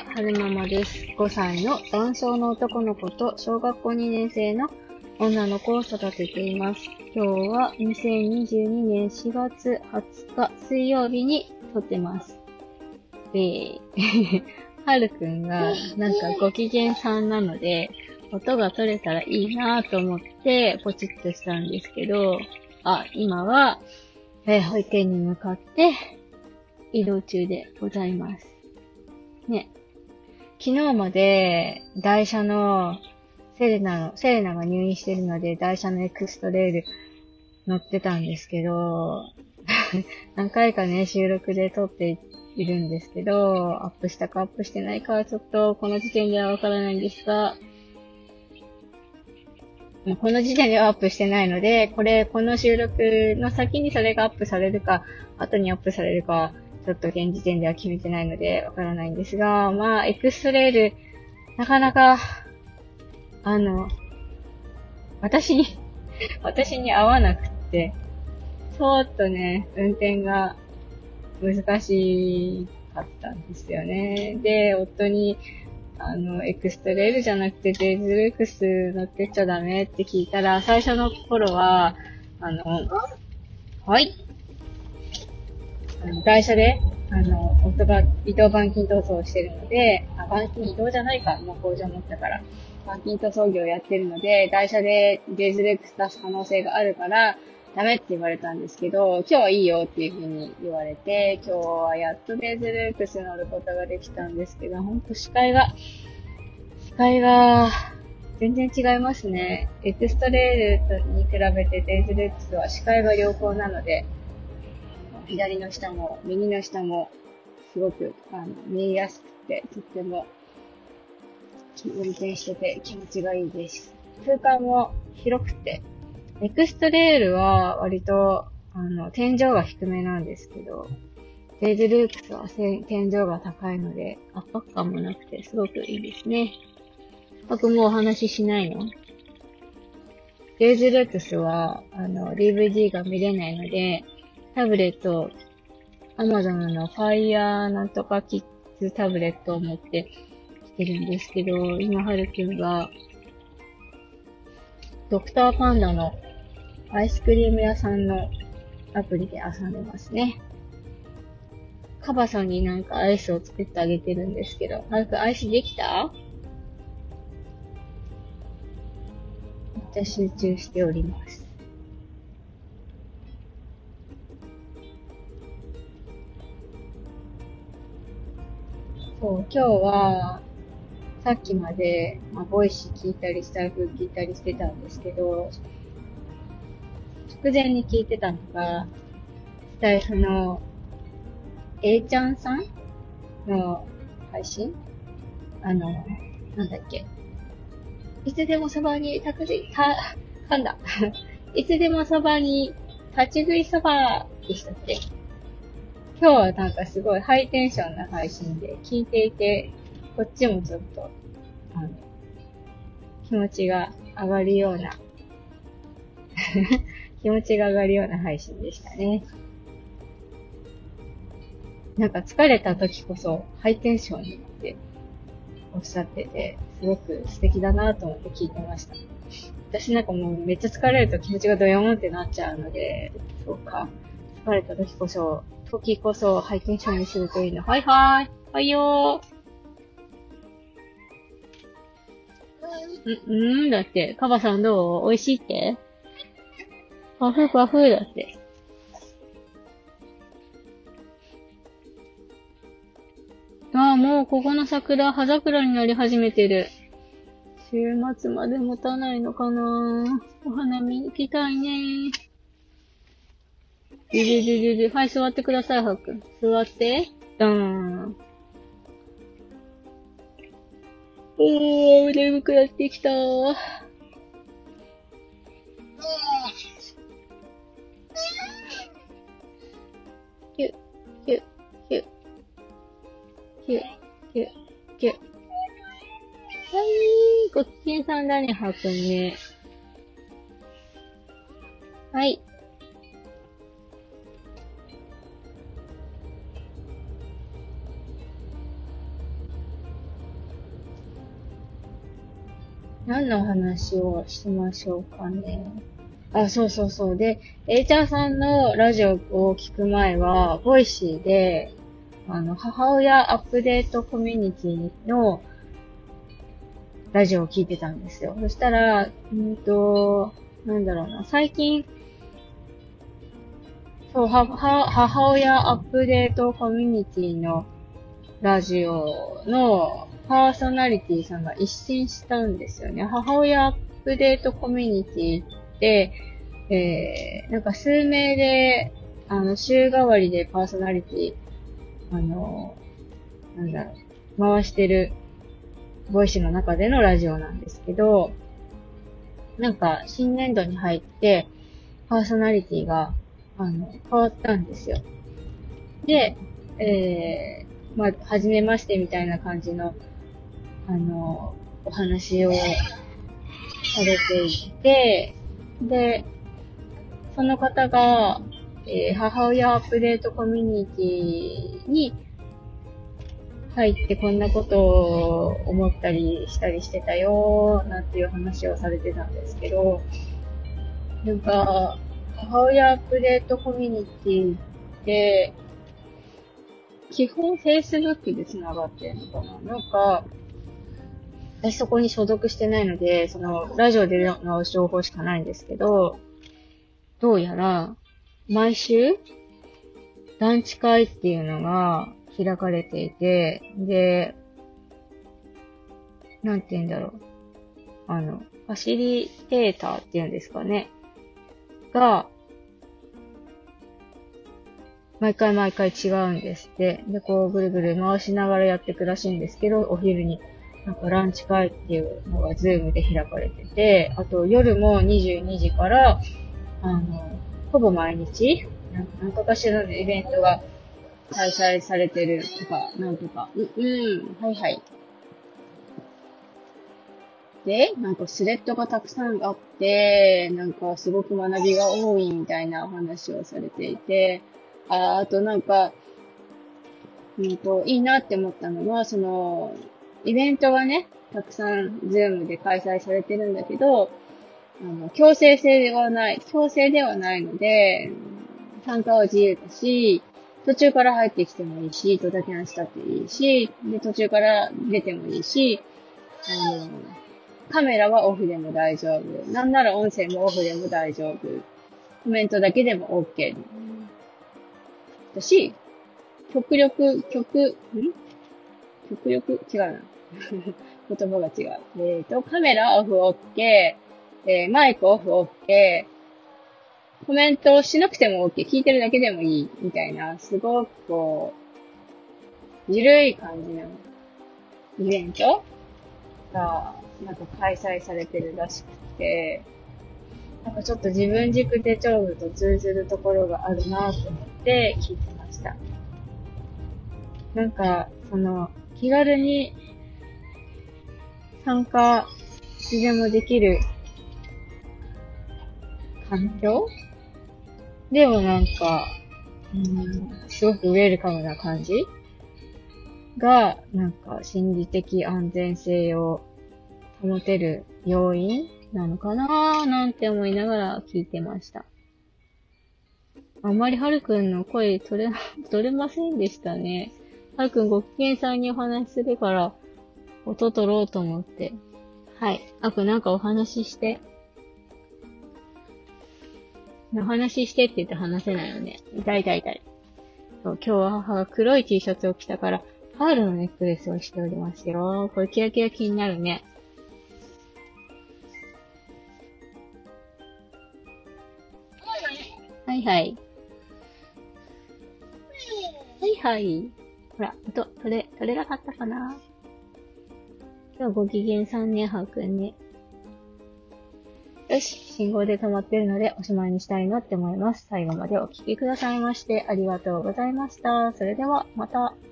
は、はるままです。5歳の男性の男の子と小学校2年生の女の子を育てています。今日は2022年4月20日水曜日に撮ってます。はるくんがなんかご機嫌さんなので、音が取れたらいいなと思ってポチッとしたんですけど、今は、保育園に向かって移動中でございます。ね。昨日まで台車のセレナが入院してるので台車のエクストレール乗ってたんですけど、何回かね、収録で撮っているんですけど、アップしたかアップしてないかはちょっとこの時点ではわからないんですが、この時点ではアップしてないので、この収録の先にそれがアップされるか、後にアップされるか、ちょっと現時点では決めてないのでわからないんですが、エクストレール、なかなか、私に合わなくって、ちょっとね、運転が難しかったんですよね。で、夫に、エクストレールじゃなくてデイズルークス乗ってっちゃダメって聞いたら、最初の頃は、はい。台車で、夫が移動板金塗装をしてるので、板金移動じゃないか、もう工場持ったから。板金塗装業をやってるので、台車でデイズルークス出す可能性があるから、ダメって言われたんですけど、今日はいいよっていう風に言われて、今日はやっとデイズルークス乗ることができたんですけど、ほんと視界が全然違いますね。エクストレールに比べてデイズルークスは視界が良好なので、左の下も右の下もすごく見えやすくて、とっても運転してて気持ちがいいです。空間も広くて、エクストレールは割と天井が低めなんですけど、デイズルークスは天井が高いので圧迫感もなくてすごくいいですね。僕もうお話ししないの？デイズルークスはDVD が見れないので、タブレット、Amazon の Fire なんとかキッズタブレットを持ってきてるんですけど、今、はるくんが、ドクターパンダのアイスクリーム屋さんのアプリで遊んでますね。カバさんになんかアイスを作ってあげてるんですけど、はるくんアイスできた？めっちゃ集中しております。そう、今日は、さっきまで、ボイシー聞いたり、スタイフ聞いたりしてたんですけど、直前に聞いてたのが、スタイフの A ちゃんさんの配信なんだっけ。いつでもそばに噛んだ。いつでもそばに立ち食いそばでしたっけ。今日はなんかすごいハイテンションな配信で聞いていて、こっちもちょっと、気持ちが上がるような気持ちが上がるような配信でしたね。なんか疲れた時こそハイテンションにっておっしゃってて、すごく素敵だなと思って聞いてました。私なんかもうめっちゃ疲れると気持ちがドヨーンってなっちゃうので、そうか。疲れた時こそハイテンションにするといいの。はいはーい。はいよー。だって、カバさんどう？美味しいって？パフパフだって。もうここの桜、葉桜になり始めてる。週末まで持たないのかな？お花見行きたいね。はい、座ってください、はっくん。座って。眠くなってきたー。キュッ、キュッ、キュッ、キュッ、キュッ、キュッ。ご機嫌さんだね、はっくんね。はい。 何の話をしましょうかね。あ、そうそうそう。で、エイチャーさんのラジオを聞く前は、ボイシーで、母親アップデートコミュニティのラジオを聞いてたんですよ。そしたら、なんだろうな、最近、そう、母親アップデートコミュニティのラジオのパーソナリティさんが一新したんですよね。母親アップデートコミュニティって、なんか数名で、週替わりでパーソナリティ、なんだろう、回してるボイスの中でのラジオなんですけど、なんか新年度に入って、パーソナリティが、変わったんですよ。で、まあ、はじめましてみたいな感じの、お話をされていて、で、その方が、母親アップデートコミュニティに入ってこんなことを思ったりしたりしてたよ、なんていう話をされてたんですけど、なんか、母親アップデートコミュニティって、基本 Facebook で繋がってるのかな。なんか、私そこに所属してないので、その、ラジオでの情報しかないんですけど、どうやら、毎週、ランチ会っていうのが開かれていて、で、なんて言うんだろう。ファシリテーターっていうんですかね。が、毎回毎回違うんですって。で、こうぐるぐる回しながらやっていくらしいんですけど、お昼になんかランチ会っていうのがズームで開かれてて、あと夜も22時から、ほぼ毎日、なんとかしらのイベントが開催されてるとか、なんとか。はいはい。で、なんかスレッドがたくさんあって、なんかすごく学びが多いみたいなお話をされていて、あとなんか、いいなって思ったのは、その、イベントがね、たくさんズームで開催されてるんだけど、強制ではないので、参加は自由だし、途中から入ってきてもいいし、ドタキャンしたっていいし、で、途中から出てもいいし、カメラはオフでも大丈夫。なんなら音声もオフでも大丈夫。コメントだけでも OK。だし、極力違うな。言葉が違う。カメラオフ OK。マイクオフ OK。コメントをしなくても OK。聞いてるだけでもいい。みたいな、すごくこう、ゆるい感じのイベントが、なんか開催されてるらしくて、なんかちょっと自分軸手帳部と通ずるところがあるなと思って聞いてました。なんか、気軽に参加いつでもできる環境でもなんか、すごくウェルカムな感じが、なんか心理的安全性を保てる要因なのかなーなんて思いながら聞いてました。あんまりはるくんの声取れませんでしたね。はるくんご機嫌さんにお話しするから、音取ろうと思って。はい。なんかお話しして。お話ししてって言って話せないよね。痛い。そう、今日は母が黒い T シャツを着たから、パールのネックレスをしておりますよ。これキラキラ気になるね。はいはい。はいはい。ほら、取れなかったかな？今日ご機嫌さんね、はーくんね。よし、信号で止まってるのでおしまいにしたいなって思います。最後までお聞きくださいましてありがとうございました。それでは、また。